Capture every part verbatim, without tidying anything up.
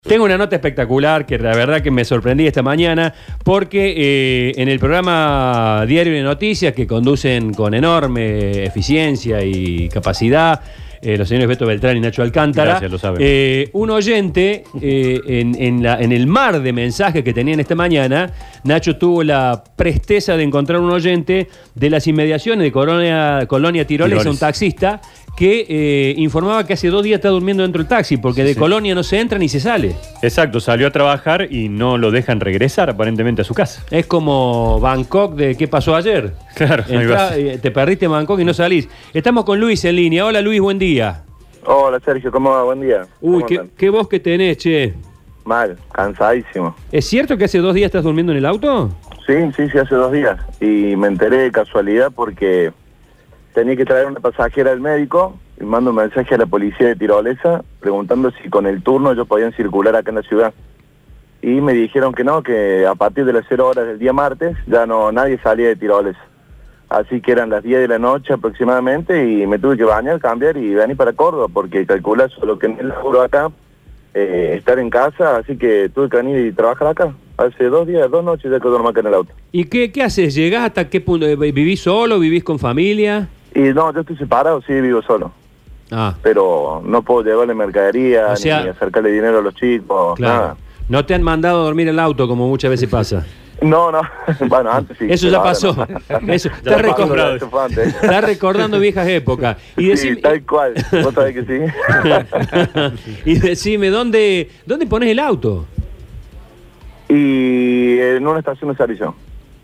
Tengo una nota espectacular que la verdad que me sorprendí esta mañana porque eh, en el programa Diario de Noticias que conducen con enorme eficiencia y capacidad eh, los señores Beto Beltrán y Nacho Alcántara, Gracias, lo saben. eh, un oyente eh, en, en, la, en el mar de mensajes que tenían esta mañana, Nacho tuvo la presteza de encontrar un oyente de las inmediaciones de Colonia, Colonia Tiroles, Tiroles. un taxista que eh, informaba que hace dos días está durmiendo dentro del taxi porque Sí, de sí. Colonia no se entra ni se sale. Exacto, salió a trabajar y no lo dejan regresar aparentemente a su casa. Es como Bangkok de ¿qué pasó ayer? Claro, algo Entrá, así. eh, te perdiste en Bangkok y no salís. Estamos con Luis en línea. Hola Luis, buen día. Hola Sergio, ¿cómo va? Buen día. Uy, ¿Cómo qué, andan? qué voz que tenés, che. Mal, cansadísimo. ¿Es cierto que hace dos días estás durmiendo en el auto? Sí, sí, sí, hace dos días. Y me enteré de casualidad porque tenía que traer una pasajera al médico y mando un mensaje a la policía de Tirolesa preguntando si con el turno ellos podían circular acá en la ciudad. Y me dijeron que no, que a partir de las cero horas del día martes ya no nadie salía de Tirolesa. Así que eran las diez de la noche aproximadamente y me tuve que bañar, cambiar y venir para Córdoba porque calculé solo que en el laburo acá, eh, estar en casa, así que tuve que venir y trabajar acá. Hace dos días, dos noches ya que duermo acá en el auto. ¿Y qué, qué haces? ¿Llegás hasta qué punto? ¿Vivís solo? ¿Vivís con familia? Y no, yo estoy separado, sí, vivo solo. Ah, Pero no puedo llevarle mercadería, O sea- ni acercarle dinero a los chicos, claro. nada. No te han mandado a dormir en el auto como muchas veces pasa. No, no, bueno, antes sí. Eso pero ya ahora pasó. no. Eso. Ya Estás, pasó, recor- bravo. Eso fue antes. estás recordando viejas épocas. Y Sí, decime, tal cual, vos sabés que sí. y decime, ¿dónde, ¿dónde pones el auto? Y en una estación de servicio,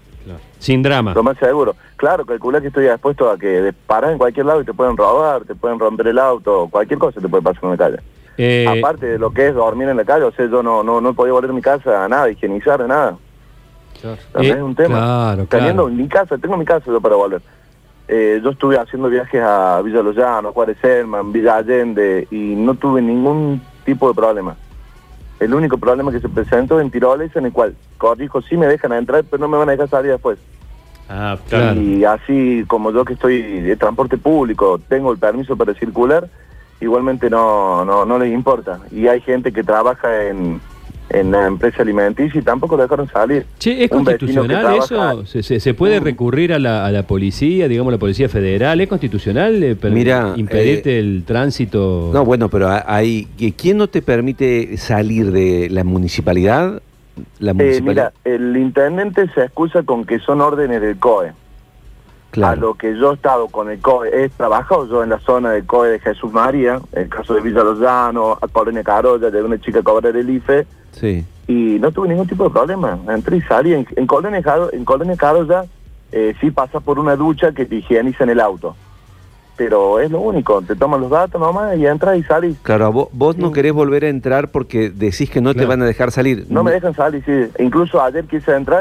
Sin drama. lo más seguro. Claro, calculá que estoy expuesto a que paras en cualquier lado y te pueden robar, te pueden romper el auto, cualquier cosa te puede pasar en la calle. Eh, Aparte de lo que es dormir en la calle, o sea, yo no no no podía volver a mi casa a nada, higienizar, a nada. También Eh, es un tema. claro, Teniendo claro. mi casa, tengo mi casa yo para volver. Eh, yo estuve haciendo viajes a Villa Los Llanos, Juárez Selman, Villa Allende, y no tuve ningún tipo de problema. El único problema que se presentó en Tiroles, en el cual, corrijo, sí me dejan entrar, pero no me van a dejar salir después. Ah, Claro. claro. Y así como yo que estoy de transporte público, tengo el permiso para circular, igualmente no, no, no les importa. Y hay gente que trabaja en, en la empresa alimenticia y tampoco lo dejaron salir. Che, ¿es Un vecino que constitucional trabaja- eso? ¿Se, se, se puede Mm. recurrir a la, a la policía, digamos la policía federal? ¿Es constitucional eh, per- Mira, impedirte el tránsito? No, bueno, pero hay... ¿Quién no te permite salir de la municipalidad? La Eh, municipalidad. mira, el intendente se excusa con que son órdenes del C O E. claro. A lo que yo he estado con el C O E, he trabajado yo en la zona del C O E de Jesús María, el caso de Villa Los Llanos, a Colonia Carolla, de una chica a cobrar el I F E, Sí. y no tuve ningún tipo de problema. Entré y salí. En, en Colonia Caro- en Colonia Carolla eh, sí pasas por una ducha que te higienizan el auto. Pero es lo único, te toman los datos nomás y entras y salís. Claro, vos, vos no Mm. querés volver a entrar porque decís que no te Claro. van a dejar salir. No me dejan salir, sí. Incluso ayer quise entrar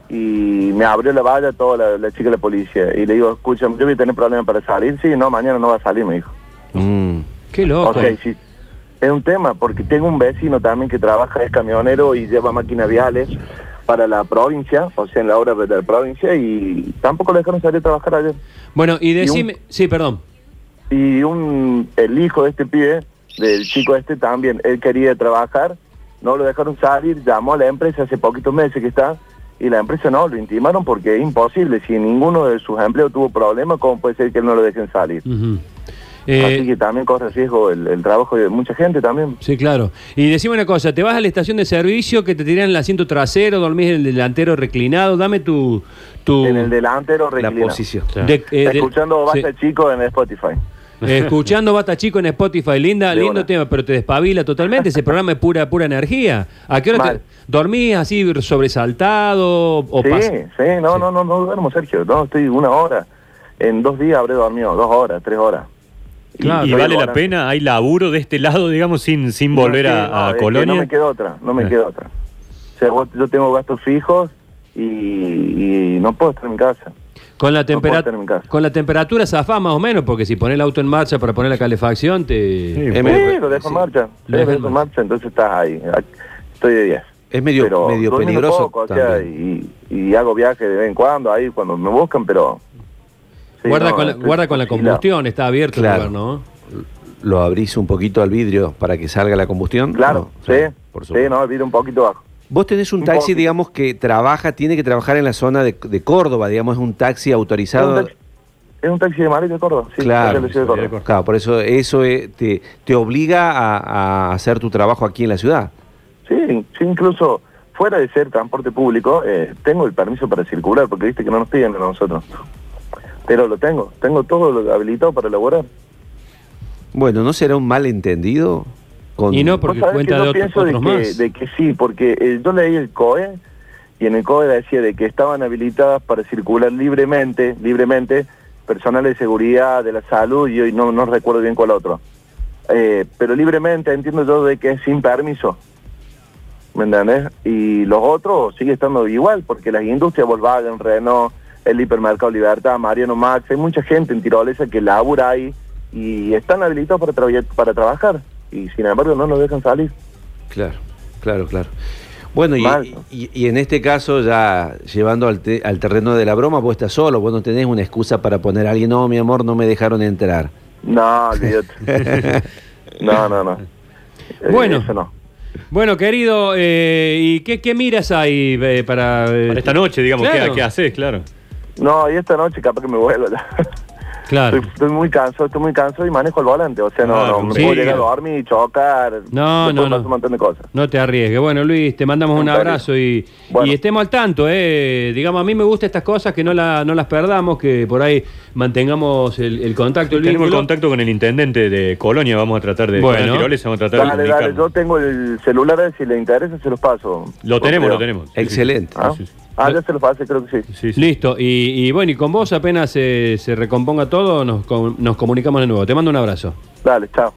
y me abrió la valla toda la, la chica de la policía. Y le digo, escúchame, yo voy a tener problemas para salir. Sí, no, mañana no va a salir, me dijo. Mm. Qué loco. Ok, sí. Es un tema, porque tengo un vecino también que trabaja, es camionero y lleva máquinas viales para la provincia, o sea, en la obra de la provincia, y tampoco le dejaron salir a trabajar ayer. Bueno, y Y un- decime... Sí, perdón. Y un el hijo de este pibe, del chico este también, él quería trabajar, no lo dejaron salir, llamó a la empresa hace poquitos meses que está, y la empresa no, lo intimaron porque es imposible, si ninguno de sus empleos tuvo problemas, ¿cómo puede ser que no lo dejen salir? Ujú. Así Eh, que también corre riesgo el, el trabajo de mucha gente también. sí, claro. Y decime una cosa, te vas a la estación de servicio que te tiran el asiento trasero, dormís en el delantero reclinado, dame tu... tu En el delantero La reclina. posición. Claro. de- eh, de- Escuchando sí. Basta Chico en Spotify. Eh, escuchando Basta Chico en Spotify, linda, De lindo una. tema, pero te despabila totalmente, ese programa es pura pura energía. ¿A qué hora te Mal. dormís así sobresaltado o Sí, pas- sí, no, Sí. no, no, no duermo, Sergio, no, estoy una hora. En dos días habré dormido, dos horas, tres horas. ¿Y, Claro, y soy vale la volante. pena? ¿Hay laburo de este lado, digamos, sin, sin volver No, sí, a, no, a es que Colonia? no me queda otra, no me Ah. queda otra. O sea, vos- yo tengo gastos fijos y, y no puedo estar en mi casa. Con la, puedo tempera- estar en mi casa. con la temperatura zafás más o menos, porque si pones el auto en marcha para poner la calefacción, te... Sí. Es Sí, medio, lo dejo en marcha, sí, Lo lo dejo en dejo en marcha, entonces estás ahí. Estoy de diez. es medio, Pero medio durmiendo peligroso poco, o sea, también. y, y hago viajes de vez en cuando, ahí cuando me buscan, pero... sí, guarda no, con la, estoy guarda con la oscilado. combustión, está abierto Claro. el lugar, ¿no? lo abrís un poquito al vidrio para que salga la combustión? Claro, No, sí, claro, por sí, supuesto. no, el vidrio un poquito bajo. Vos tenés un Un taxi, poquito. digamos, que trabaja, tiene que trabajar en la zona de, de Córdoba, digamos, es un taxi Es autorizado. un taxi, es un taxi de Madrid de Córdoba, sí, Claro, es de la ciudad de sí, Córdoba. Claro, por eso eso eh, te, te obliga a, a hacer tu trabajo aquí en la ciudad. Sí, sí, incluso fuera de ser transporte público, eh, tengo el permiso para circular, porque viste que no nos piden a nosotros. Pero lo tengo, tengo todo lo habilitado para elaborar. Bueno, ¿no será un malentendido? Con... Y no, Vos porque sabés cuenta que de yo otro- pienso de otros que, más. de que sí, porque eh, yo leí el C O E y en el C O E decía de que estaban habilitadas para circular libremente, libremente, personal de seguridad, de la salud, y hoy no, no recuerdo bien cuál otro. Eh, pero libremente entiendo yo de que es sin permiso, ¿me entendés? Y los otros sigue estando igual, porque las industrias Volkswagen, Renault, el hipermercado Libertad, Mariano Max, hay mucha gente en Tirolesa que labura ahí y están habilitados para, tra- para trabajar, y sin embargo no nos dejan salir. Claro, claro, claro. Bueno, y, Mal. y, y en este caso, ya llevando al, te- al terreno de la broma, vos estás solo, vos no tenés una excusa para poner a alguien, no, mi amor, no me dejaron entrar. No, olvídate. No, no, no. Eh, Bueno. Eso no. Bueno, querido, eh, ¿y qué, qué miras ahí eh, para, eh, Para esta noche, digamos, Claro. ¿qué, qué haces? Claro. No, y esta noche capaz que me vuelvo ya. Claro. Estoy, estoy muy cansado, estoy muy cansado y manejo el volante. O sea, no, Claro, no me sí. puedo llegar a dormir y chocar. No, Después no, pasa no. un montón de cosas. No te arriesgues. Bueno, Luis, te mandamos un En serio. abrazo y, Bueno. y estemos al tanto, ¿eh? Digamos, a mí me gustan estas cosas, que no, la, no las perdamos, que por ahí mantengamos el, el contacto, el Tenemos el vínculo. contacto con el intendente de Colonia, vamos a tratar de... Bueno. con el Tirolesa, vamos a tratar de Dale, dale, comunicarnos. yo tengo el celular, si le interesa se los paso. Lo tenemos, Creo. lo tenemos. Sí, sí, Excelente. ¿Ah? Sí, sí. Ah, ya se los pasé, creo que sí. sí, sí. Listo. Y, y bueno, y con vos apenas se, se recomponga todo, nos, com- nos comunicamos de nuevo. Te mando un abrazo. Dale, chao.